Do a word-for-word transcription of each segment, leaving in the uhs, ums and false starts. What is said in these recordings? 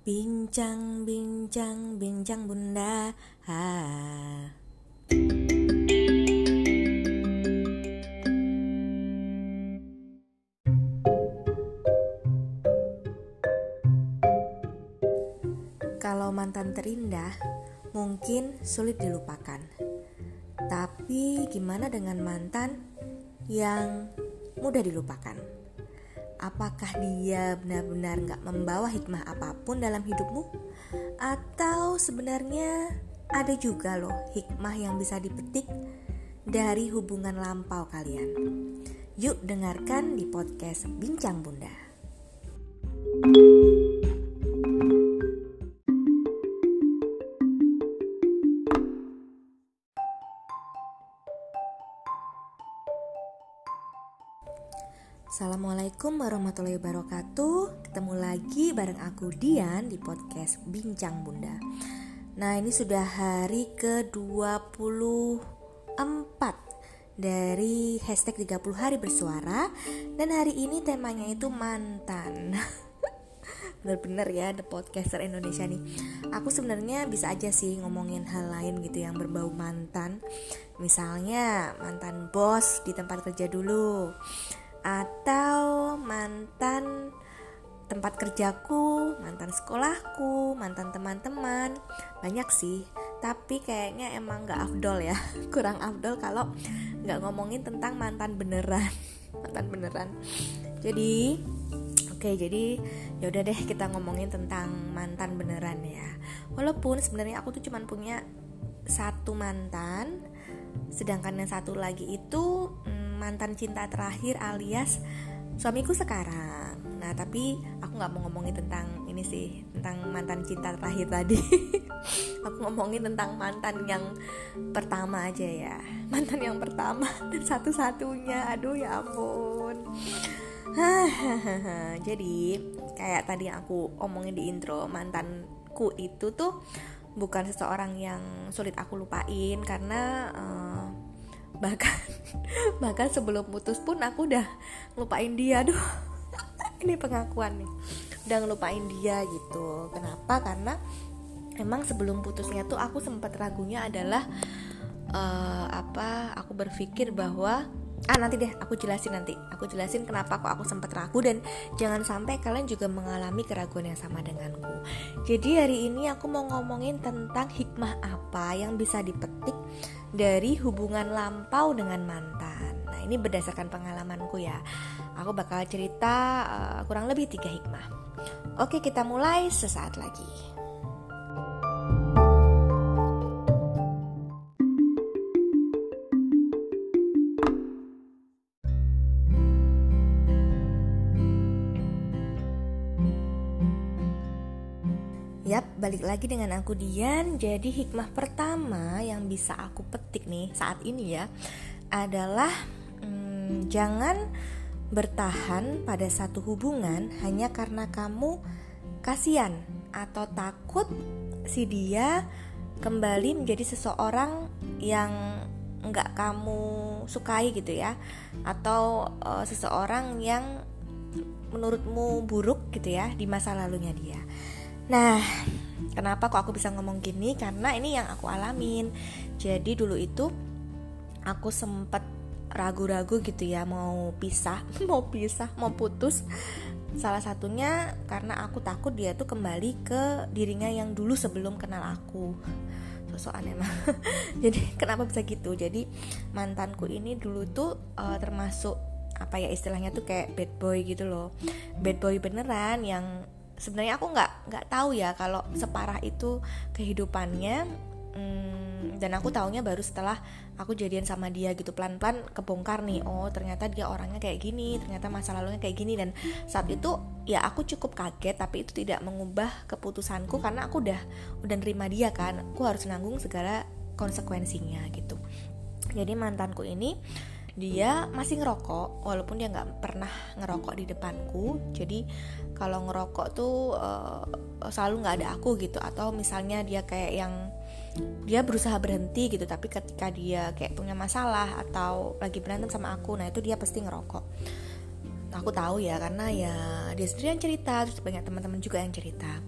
Bincang, bincang, bincang bunda. Ha. Kalau mantan terindah, mungkin sulit dilupakan. Tapi gimana dengan mantan yang mudah dilupakan? Apakah dia benar-benar gak membawa hikmah apapun dalam hidupmu? Atau sebenarnya ada juga loh hikmah yang bisa dipetik dari hubungan lampau kalian? Yuk dengarkan di podcast Bincang Bunda. Assalamualaikum warahmatullahi wabarakatuh. Ketemu lagi bareng aku Dian di podcast Bincang Bunda. Nah, ini sudah hari ke dua puluh empat dari hashtag tiga puluh hari bersuara. Dan hari ini temanya itu mantan. Bener-bener ya, the podcaster Indonesia nih. Aku sebenarnya bisa aja sih ngomongin hal lain gitu yang berbau mantan. Misalnya mantan bos di tempat kerja dulu, atau mantan tempat kerjaku, mantan sekolahku, mantan teman-teman. Banyak sih, tapi kayaknya emang gak afdol ya. Kurang afdol kalau gak ngomongin tentang mantan beneran. Mantan beneran. Jadi oke, jadi yaudah deh kita ngomongin tentang mantan beneran ya. Walaupun sebenarnya aku tuh cuma punya satu mantan, sedangkan yang satu lagi itu mantan cinta terakhir alias suamiku sekarang. Nah, tapi aku gak mau ngomongin tentang ini sih, tentang mantan cinta terakhir tadi. Aku ngomongin tentang mantan yang pertama aja ya. Mantan yang pertama dan satu-satunya. Aduh ya ampun. Jadi kayak tadi yang aku omongin di intro, mantanku itu tuh bukan seseorang yang sulit aku lupain. Karena uh, bahkan bahkan sebelum putus pun aku udah lupain dia. Aduh, ini pengakuan nih, udah ngelupain dia gitu. Kenapa? Karena emang sebelum putusnya tuh aku sempat ragunya adalah uh, apa aku berpikir bahwa ah nanti deh aku jelasin nanti aku jelasin kenapa kok aku sempat ragu, dan jangan sampai kalian juga mengalami keraguan yang sama denganku. Jadi hari ini aku mau ngomongin tentang hikmah apa yang bisa dipetik dari hubungan lampau dengan mantan. Nah, ini berdasarkan pengalamanku ya. Aku bakal cerita uh, kurang lebih tiga hikmah. Oke, kita mulai sesaat lagi. Yap, balik lagi dengan aku Dian. Jadi hikmah pertama yang bisa aku petik nih saat ini ya adalah hmm, jangan bertahan pada satu hubungan hanya karena kamu kasihan atau takut si dia kembali menjadi seseorang yang enggak kamu sukai gitu ya, atau uh, seseorang yang menurutmu buruk gitu ya di masa lalunya dia. Nah, kenapa kok aku bisa ngomong gini? Karena ini yang aku alamin. Jadi dulu itu aku sempat ragu-ragu gitu ya, mau pisah, mau pisah, mau putus. Salah satunya karena aku takut dia tuh kembali ke dirinya yang dulu sebelum kenal aku. Sosokan emang. Jadi kenapa bisa gitu? Jadi mantanku ini dulu tuh uh, termasuk apa ya istilahnya tuh kayak bad boy gitu loh. Bad boy beneran yang sebenarnya aku nggak nggak tahu ya kalau separah itu kehidupannya, hmm, dan aku taunya baru setelah aku jadian sama dia gitu. Pelan-pelan kebongkar nih, oh ternyata dia orangnya kayak gini, ternyata masa lalunya kayak gini. Dan saat itu ya aku cukup kaget, tapi itu tidak mengubah keputusanku karena aku udah udah nerima dia kan, aku harus nanggung segala konsekuensinya gitu. Jadi mantanku ini dia masih ngerokok, walaupun dia nggak pernah ngerokok di depanku. Jadi kalau ngerokok tuh uh, selalu nggak ada aku gitu. Atau misalnya dia kayak yang dia berusaha berhenti gitu, tapi ketika dia kayak punya masalah atau lagi berantem sama aku, nah itu dia pasti ngerokok. Aku tahu ya, karena ya dia sendiri yang cerita, terus banyak teman-teman juga yang cerita.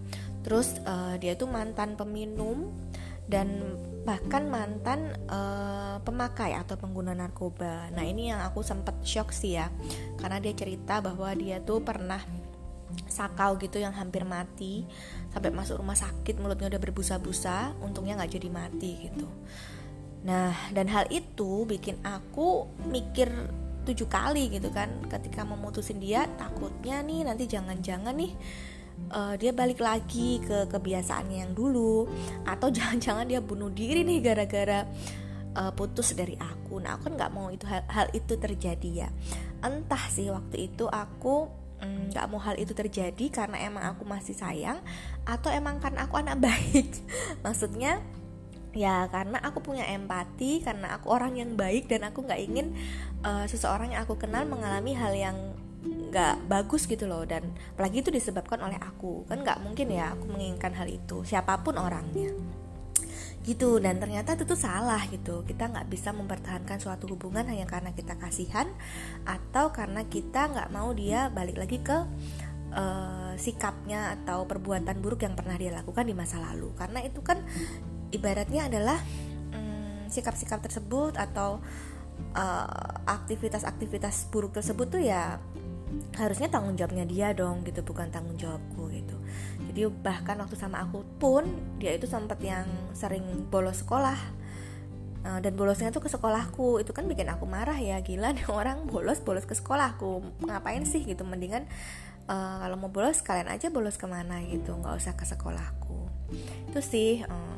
Terus uh, dia tuh mantan peminum dan bahkan mantan uh, pemakai atau pengguna narkoba. Nah ini yang aku sempet shock sih ya, karena dia cerita bahwa dia tuh pernah sakau gitu yang hampir mati, sampai masuk rumah sakit, mulutnya udah berbusa-busa, untungnya gak jadi mati gitu. Nah dan hal itu bikin aku mikir tujuh kali gitu kan, ketika memutusin dia, takutnya nih nanti jangan-jangan nih uh, dia balik lagi ke kebiasaannya yang dulu, atau jangan-jangan dia bunuh diri nih gara-gara uh, putus dari aku. Nah aku kan nggak mau itu hal, hal itu terjadi ya. Entah sih waktu itu aku nggak mm, mau hal itu terjadi karena emang aku masih sayang, atau emang karena aku anak baik. Maksudnya ya karena aku punya empati, karena aku orang yang baik dan aku nggak ingin uh, seseorang yang aku kenal mengalami hal yang nggak bagus gitu loh. Dan apalagi itu disebabkan oleh aku, kan nggak mungkin ya aku menginginkan hal itu, siapapun orangnya gitu. Dan ternyata itu tuh salah gitu. Kita nggak bisa mempertahankan suatu hubungan hanya karena kita kasihan, atau karena kita nggak mau dia balik lagi ke uh, sikapnya atau perbuatan buruk yang pernah dia lakukan di masa lalu. Karena itu kan ibaratnya adalah hmm, sikap-sikap tersebut atau uh, aktivitas-aktivitas buruk tersebut tuh ya harusnya tanggung jawabnya dia dong gitu, bukan tanggung jawabku gitu. Jadi bahkan waktu sama aku pun dia itu sempat yang sering bolos sekolah, uh, dan bolosnya tuh ke sekolahku. Itu kan bikin aku marah ya, gila nih orang bolos bolos ke sekolahku, ngapain sih gitu. Mendingan uh, kalau mau bolos kalian aja bolos kemana gitu, nggak usah ke sekolahku. Itu sih um,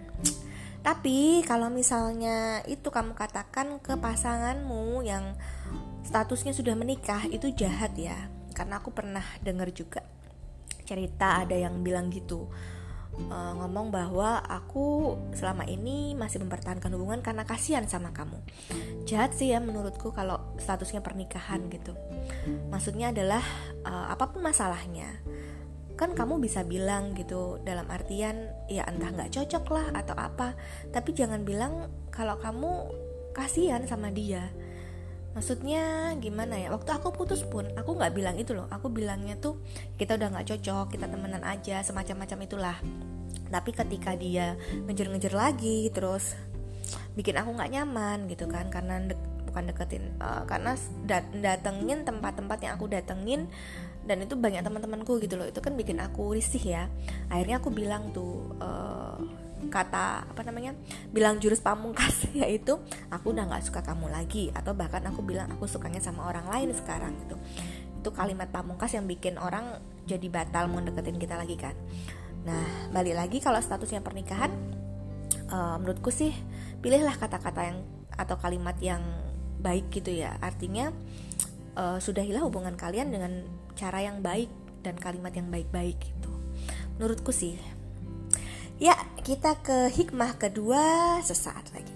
tapi kalau misalnya itu kamu katakan ke pasanganmu yang statusnya sudah menikah, itu jahat ya. Karena aku pernah dengar juga cerita ada yang bilang gitu, e, ngomong bahwa aku selama ini masih mempertahankan hubungan karena kasihan sama kamu. Jahat sih ya menurutku kalau statusnya pernikahan gitu. Maksudnya adalah e, apapun masalahnya, kan kamu bisa bilang gitu, dalam artian ya entah gak cocok lah atau apa, tapi jangan bilang kalau kamu kasihan sama dia. Maksudnya gimana ya, waktu aku putus pun aku gak bilang itu loh. Aku bilangnya tuh kita udah gak cocok, kita temenan aja, semacam-macam itulah. Tapi ketika dia ngejer-ngejer lagi, terus bikin aku gak nyaman gitu kan, karena de- bukan deketin uh, karena dat- datengin tempat-tempat yang aku datengin, dan itu banyak teman-temanku gitu loh. Itu kan bikin aku risih ya. Akhirnya aku bilang tuh uh, kata apa namanya, bilang jurus pamungkas, yaitu aku udah nggak suka kamu lagi, atau bahkan aku bilang aku sukanya sama orang lain sekarang gitu. Itu kalimat pamungkas yang bikin orang jadi batal mau deketin kita lagi kan. Nah balik lagi kalau statusnya pernikahan, uh, menurutku sih pilihlah kata-kata yang atau kalimat yang baik gitu ya. Artinya uh, sudahilah hubungan kalian dengan cara yang baik dan kalimat yang baik-baik gitu, menurutku sih. Ya, kita ke hikmah kedua sesaat lagi.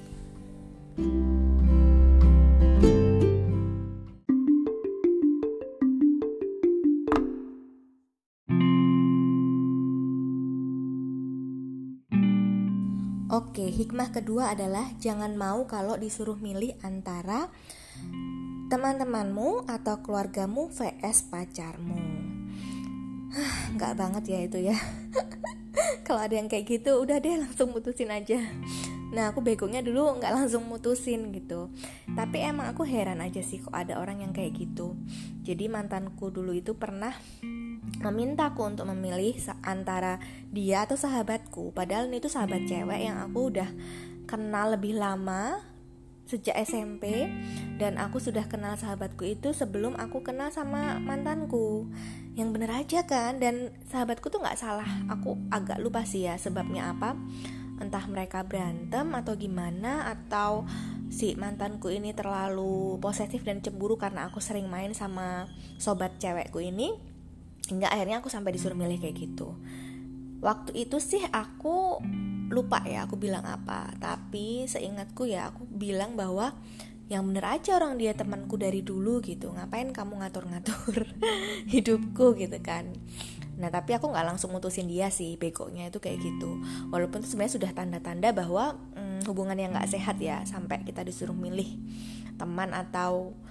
Oke, hikmah kedua adalah jangan mau kalau disuruh milih antara teman-temanmu atau keluargamu vs pacarmu. Nggak banget ya itu ya. Kalau ada yang kayak gitu, udah deh langsung mutusin aja. Nah aku begonya dulu nggak langsung mutusin gitu. Tapi emang aku heran aja sih kok ada orang yang kayak gitu. Jadi mantanku dulu itu pernah memintaku untuk memilih antara dia atau sahabatku. Padahal ini tuh sahabat cewek yang aku udah kenal lebih lama, sejak S M P, dan aku sudah kenal sahabatku itu sebelum aku kenal sama mantanku. Yang bener aja kan, dan sahabatku tuh gak salah. Aku agak lupa sih ya sebabnya apa, entah mereka berantem atau gimana, atau si mantanku ini terlalu posesif dan cemburu karena aku sering main sama sobat cewekku ini, hingga akhirnya aku sampai disuruh milih kayak gitu. Waktu itu sih aku lupa ya aku bilang apa, tapi seingatku ya aku bilang bahwa yang bener aja orang dia temanku dari dulu gitu, ngapain kamu ngatur-ngatur hidupku gitu kan. Nah tapi aku gak langsung mutusin dia sih, begonya itu kayak gitu. Walaupun itu sebenarnya sudah tanda-tanda bahwa hmm, hubungan yang gak sehat ya, sampai kita disuruh milih teman atau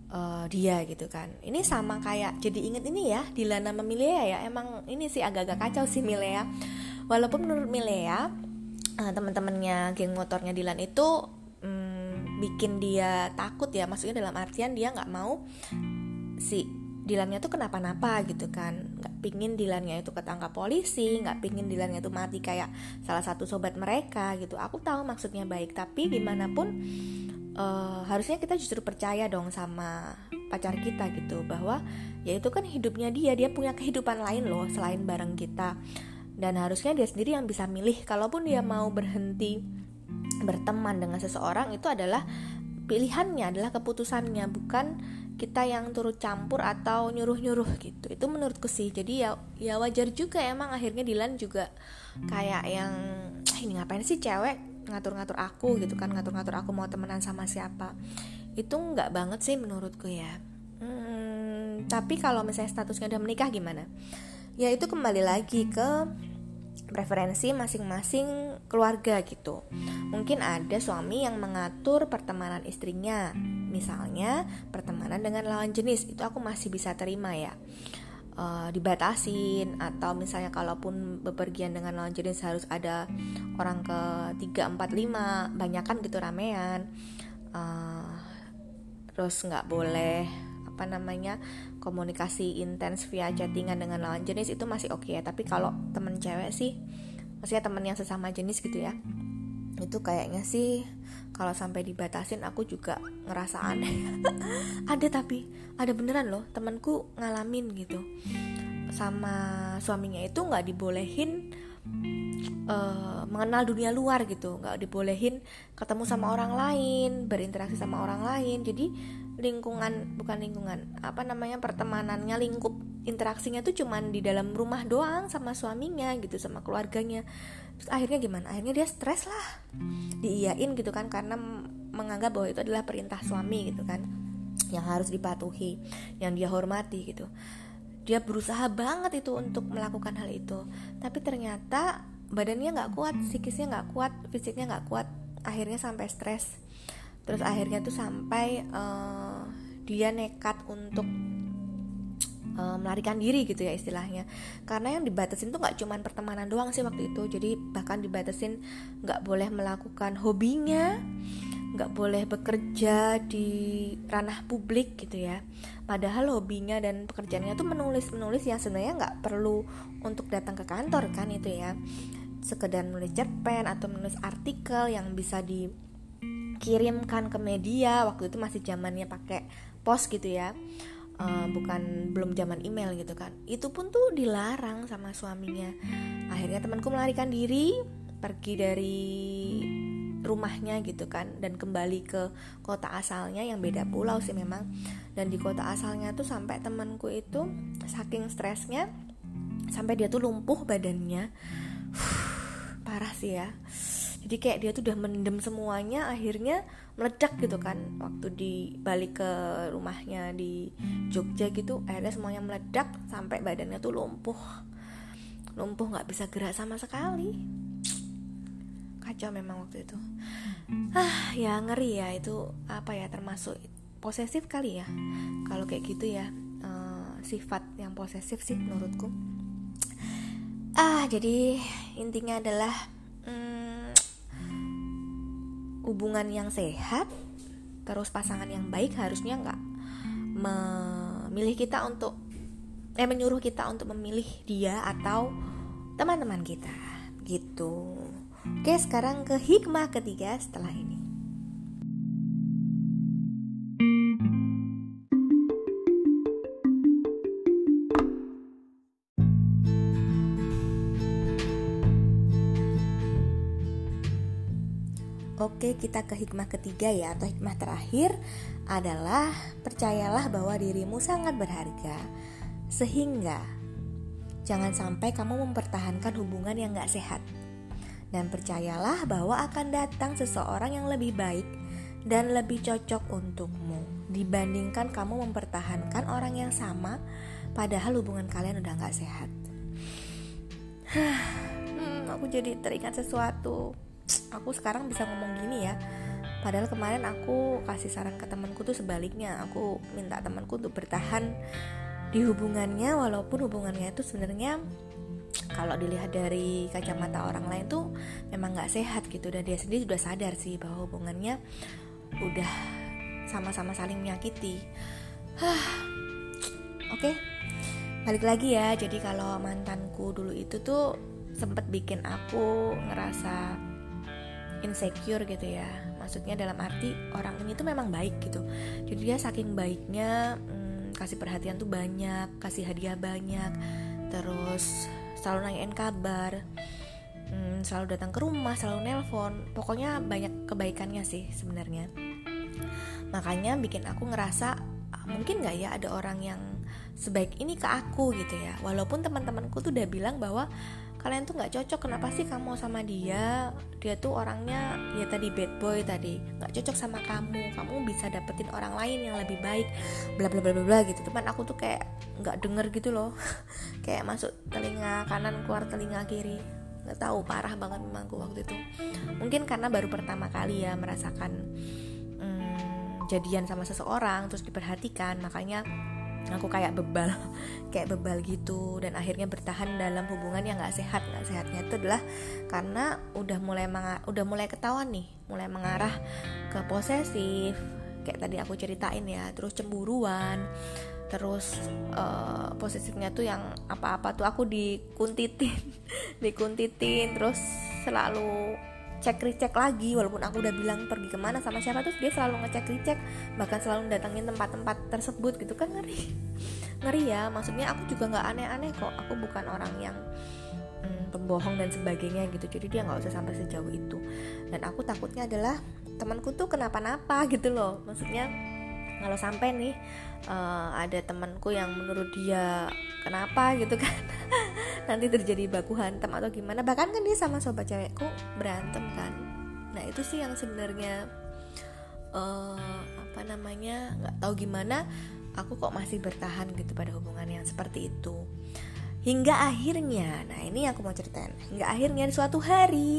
uh, dia gitu kan. Ini sama kayak, jadi inget ini ya, Dilan sama Milea ya. Emang ini sih agak-agak kacau sih Milea. Walaupun menurut Milea uh, teman-temannya geng motornya Dilan itu um, bikin dia takut ya. Maksudnya dalam artian dia nggak mau si Dilannya tuh kenapa-napa gitu kan, nggak pingin Dilannya itu ketangkap polisi, nggak pingin Dilannya itu mati kayak salah satu sobat mereka gitu. Aku tahu maksudnya baik, tapi gimana pun uh, harusnya kita justru percaya dong sama pacar kita gitu, bahwa ya itu kan hidupnya dia, dia punya kehidupan lain loh selain bareng kita, dan harusnya dia sendiri yang bisa milih. Kalaupun dia mau berhenti berteman dengan seseorang, itu adalah pilihannya, adalah keputusannya, bukan kita yang turut campur atau nyuruh-nyuruh gitu. Itu menurutku sih. Jadi ya ya wajar juga emang akhirnya Dilan juga kayak yang ini ngapain sih cewek ngatur-ngatur aku gitu kan, ngatur-ngatur aku mau temenan sama siapa. Itu enggak banget sih menurutku ya. Hmm, tapi kalau misalnya statusnya udah menikah gimana? Ya itu kembali lagi ke preferensi masing-masing keluarga gitu. Mungkin ada suami yang mengatur pertemanan istrinya, misalnya pertemanan dengan lawan jenis, itu aku masih bisa terima ya, e, dibatasin. Atau misalnya kalaupun bepergian dengan lawan jenis harus ada orang ke tiga, empat, lima, banyakan gitu ramean, e, terus gak boleh apa namanya komunikasi intens via chattingan dengan lawan jenis, itu masih oke okay ya. Tapi kalau temen cewek sih, maksudnya temen yang sesama jenis gitu ya, itu kayaknya sih kalau sampai dibatasin aku juga ngerasa aneh. Ada, tapi ada beneran loh temanku ngalamin gitu, sama suaminya itu nggak dibolehin uh, mengenal dunia luar gitu, nggak dibolehin ketemu sama orang lain, berinteraksi sama orang lain. Jadi lingkungan, bukan lingkungan, apa namanya, pertemanannya, lingkup interaksinya tuh cuman di dalam rumah doang sama suaminya gitu, sama keluarganya. Terus akhirnya gimana? Akhirnya dia stres lah, diiyain gitu kan, karena menganggap bahwa itu adalah perintah suami gitu kan, yang harus dipatuhi, yang dia hormati gitu. Dia berusaha banget itu untuk melakukan hal itu, tapi ternyata badannya nggak kuat, psikisnya nggak kuat, fisiknya nggak kuat, akhirnya sampai stres. Terus akhirnya tuh sampai uh, dia nekat untuk uh, melarikan diri gitu ya istilahnya. Karena yang dibatasin tuh gak cuma pertemanan doang sih waktu itu. Jadi bahkan dibatasin gak boleh melakukan hobinya, gak boleh bekerja di ranah publik gitu ya. Padahal hobinya dan pekerjaannya tuh menulis-menulis yang sebenarnya gak perlu untuk datang ke kantor kan itu ya. Sekedar nulis cerpen atau menulis artikel yang bisa di kirimkan ke media. Waktu itu masih zamannya pakai pos gitu ya, uh, bukan belum zaman email gitu kan. Itu pun tuh dilarang sama suaminya. Akhirnya temanku melarikan diri, pergi dari rumahnya gitu kan, dan kembali ke kota asalnya yang beda pulau sih memang. Dan di kota asalnya tuh sampai temanku itu saking stresnya sampai dia tuh lumpuh badannya. Parah sih ya. Jadi kayak dia tuh udah mendem semuanya, akhirnya meledak gitu kan. Waktu dibalik ke rumahnya di Jogja gitu, akhirnya semuanya meledak sampai badannya tuh lumpuh. Lumpuh gak bisa gerak sama sekali. Kacau memang waktu itu. Ah, ya ngeri ya itu, apa ya, termasuk posesif kali ya. Kalau kayak gitu ya, uh, sifat yang posesif sih menurutku. Ah, jadi intinya adalah hmm, hubungan yang sehat, terus pasangan yang baik harusnya nggak memilih kita untuk eh menyuruh kita untuk memilih dia atau teman-teman kita gitu. Oke, sekarang ke hikmah ketiga setelah ini. Oke, kita ke hikmah ketiga ya, atau hikmah terakhir adalah percayalah bahwa dirimu sangat berharga, sehingga jangan sampai kamu mempertahankan hubungan yang gak sehat. Dan percayalah bahwa akan datang seseorang yang lebih baik dan lebih cocok untukmu dibandingkan kamu mempertahankan orang yang sama padahal hubungan kalian udah gak sehat. hmm, Aku jadi teringat sesuatu. Aku sekarang bisa ngomong gini ya, Padahal kemarin aku kasih saran ke temanku tuh sebaliknya, aku minta temanku untuk bertahan di hubungannya walaupun hubungannya itu sebenarnya kalau dilihat dari kacamata orang lain tuh memang nggak sehat gitu, dan dia sendiri sudah sadar sih bahwa hubungannya udah sama-sama saling menyakiti. Oke, okay. Balik lagi ya. Jadi kalau mantanku dulu itu tuh sempet bikin aku ngerasa insecure gitu ya. Maksudnya dalam arti orang ini tuh memang baik gitu. Jadi dia saking baiknya hmm, kasih perhatian tuh banyak, kasih hadiah banyak, terus selalu nanyain kabar, hmm, selalu datang ke rumah, selalu nelpon. Pokoknya banyak kebaikannya sih sebenarnya. Makanya bikin aku ngerasa mungkin gak ya ada orang yang sebaik ini ke aku gitu ya. Walaupun teman-temanku tuh udah bilang bahwa kalian tuh gak cocok, kenapa sih kamu sama dia, dia tuh orangnya ya tadi bad boy tadi, gak cocok sama kamu, kamu bisa dapetin orang lain yang lebih baik, bla bla bla bla bla gitu. Teman aku tuh kayak gak denger gitu loh. Kayak masuk telinga kanan keluar telinga kiri, gak tahu, parah banget memang aku waktu itu. Mungkin karena baru pertama kali ya merasakan hmm, jadian sama seseorang terus diperhatikan, makanya aku kayak bebal, kayak bebal gitu, dan akhirnya bertahan dalam hubungan yang nggak sehat. Nggak sehatnya itu adalah karena udah mulai menga- udah mulai ketahuan nih, mulai mengarah ke posesif, kayak tadi aku ceritain ya, terus cemburuan, terus uh, posesifnya tuh yang apa-apa tuh aku dikuntitin, dikuntitin, terus selalu cek recek lagi, walaupun aku udah bilang pergi kemana sama siapa, terus dia selalu ngecek recek, bahkan selalu datangin tempat-tempat tersebut gitu kan. Ngeri ngeri ya. Maksudnya aku juga nggak aneh-aneh kok, aku bukan orang yang hmm, pembohong dan sebagainya gitu, jadi dia nggak usah sampai sejauh itu. Dan aku takutnya adalah temanku tuh kenapa-napa gitu loh. Maksudnya kalau sampai nih uh, ada temanku yang menurut dia kenapa gitu kan, nanti terjadi baku hantam atau gimana. Bahkan kan dia sama sobat cewekku berantem kan. Nah itu sih yang sebenarnya uh, apa namanya nggak tahu gimana aku kok masih bertahan gitu pada hubungan yang seperti itu. Hingga akhirnya, nah ini yang aku mau ceritain. Hingga akhirnya suatu hari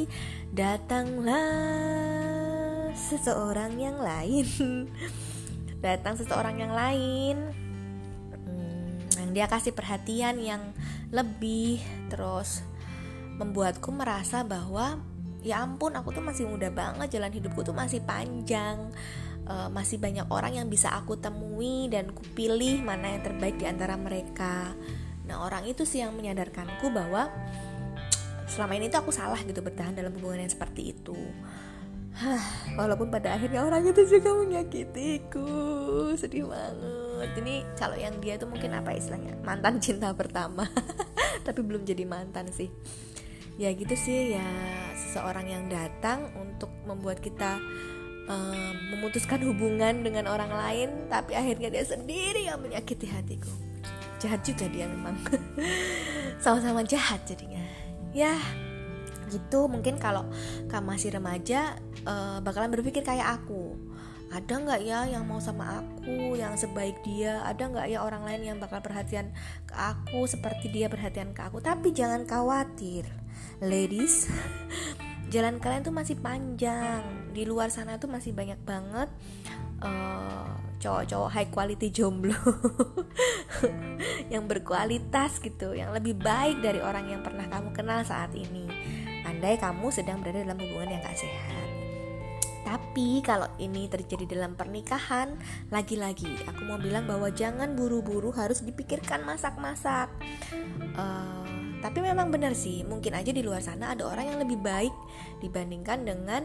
datanglah seseorang yang lain. Datang seseorang yang lain hmm, yang dia kasih perhatian yang lebih, terus membuatku merasa bahwa ya ampun, aku tuh masih muda banget, jalan hidupku tuh masih panjang, uh, masih banyak orang yang bisa aku temui dan ku pilih mana yang terbaik di antara mereka. Nah orang itu sih yang menyadarkanku bahwa selama ini tuh aku salah gitu bertahan dalam hubungan yang seperti itu. Hah, walaupun pada akhirnya orang itu juga menyakitiku, sedih banget. Ini kalau yang dia itu mungkin apa istilahnya, mantan cinta pertama, tapi belum jadi mantan sih. Ya gitu sih ya, seseorang yang datang untuk membuat kita um, memutuskan hubungan dengan orang lain, tapi akhirnya dia sendiri yang menyakiti hatiku. Jahat juga dia memang. Sama-sama jahat jadinya. Ya gitu. Mungkin kalau kamu masih remaja uh, bakalan berpikir kayak aku, ada nggak ya yang mau sama aku, yang sebaik dia, ada nggak ya orang lain yang bakal perhatian ke aku seperti dia perhatian ke aku. Tapi jangan khawatir ladies, jalan kalian tuh masih panjang. Di luar sana tuh masih banyak banget uh, cowok-cowok high quality jomblo yang berkualitas gitu, yang lebih baik dari orang yang pernah kamu kenal saat ini, andai kamu sedang berada dalam hubungan yang gak sehat. Tapi kalau ini terjadi dalam pernikahan, lagi-lagi aku mau bilang bahwa jangan buru-buru harus dipikirkan masak-masak. uh, Tapi memang benar sih, mungkin aja di luar sana ada orang yang lebih baik dibandingkan dengan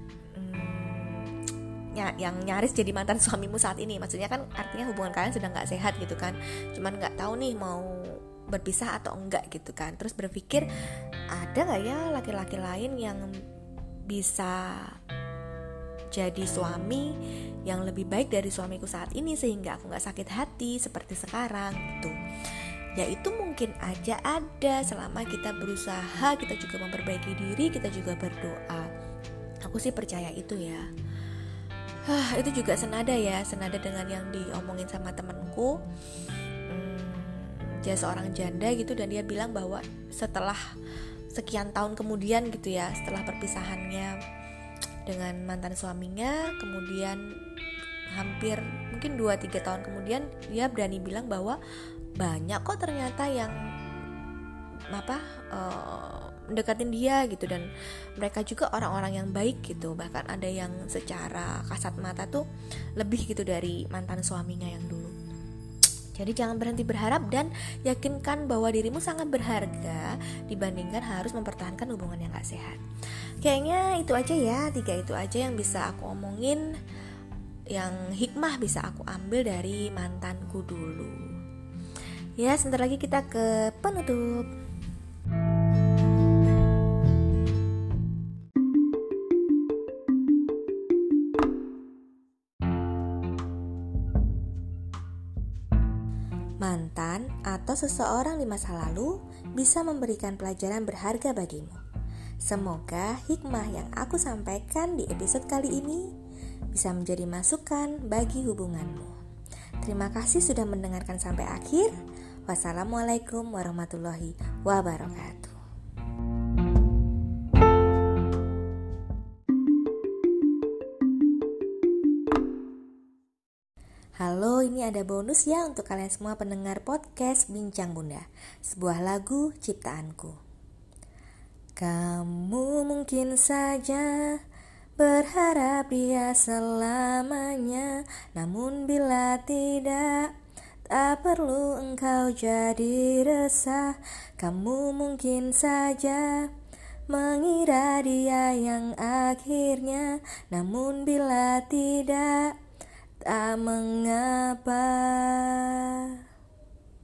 hmm, ny- yang nyaris jadi mantan suamimu saat ini. Maksudnya kan artinya hubungan kalian sedang gak sehat gitu kan, cuman gak tahu nih mau berpisah atau enggak gitu kan. Terus berpikir, ada gak ya laki-laki lain yang bisa jadi suami yang lebih baik dari suamiku saat ini sehingga aku gak sakit hati seperti sekarang gitu. Ya itu mungkin aja ada, selama kita berusaha, kita juga memperbaiki diri, kita juga berdoa. Aku sih percaya itu ya. Hah, itu juga senada ya, senada dengan yang diomongin sama temanku. Hmm, dia seorang janda gitu, dan dia bilang bahwa setelah sekian tahun kemudian gitu ya, setelah perpisahannya, dengan mantan suaminya. Kemudian hampir mungkin dua tiga tahun kemudian dia berani bilang bahwa banyak kok ternyata yang apa uh, mendekatin dia gitu, dan mereka juga orang-orang yang baik gitu. Bahkan ada yang secara kasat mata tuh lebih gitu dari mantan suaminya yang dulu. Jadi jangan berhenti berharap dan yakinkan bahwa dirimu sangat berharga dibandingkan harus mempertahankan hubungan yang gak sehat. Kayaknya itu aja ya, tiga itu aja yang bisa aku omongin, yang hikmah bisa aku ambil dari mantanku dulu. Ya, sebentar lagi kita ke penutup. Mantan atau seseorang di masa lalu bisa memberikan pelajaran berharga bagimu. Semoga hikmah yang aku sampaikan di episode kali ini bisa menjadi masukan bagi hubunganmu. Terima kasih sudah mendengarkan sampai akhir. Wassalamualaikum warahmatullahi wabarakatuh. Halo, ini ada bonus ya untuk kalian semua pendengar podcast Bincang Bunda, sebuah lagu ciptaanku. Kamu mungkin saja berharap dia selamanya, namun bila tidak, tak perlu engkau jadi resah. Kamu mungkin saja mengira dia yang akhirnya, namun bila tidak, tak mengapa.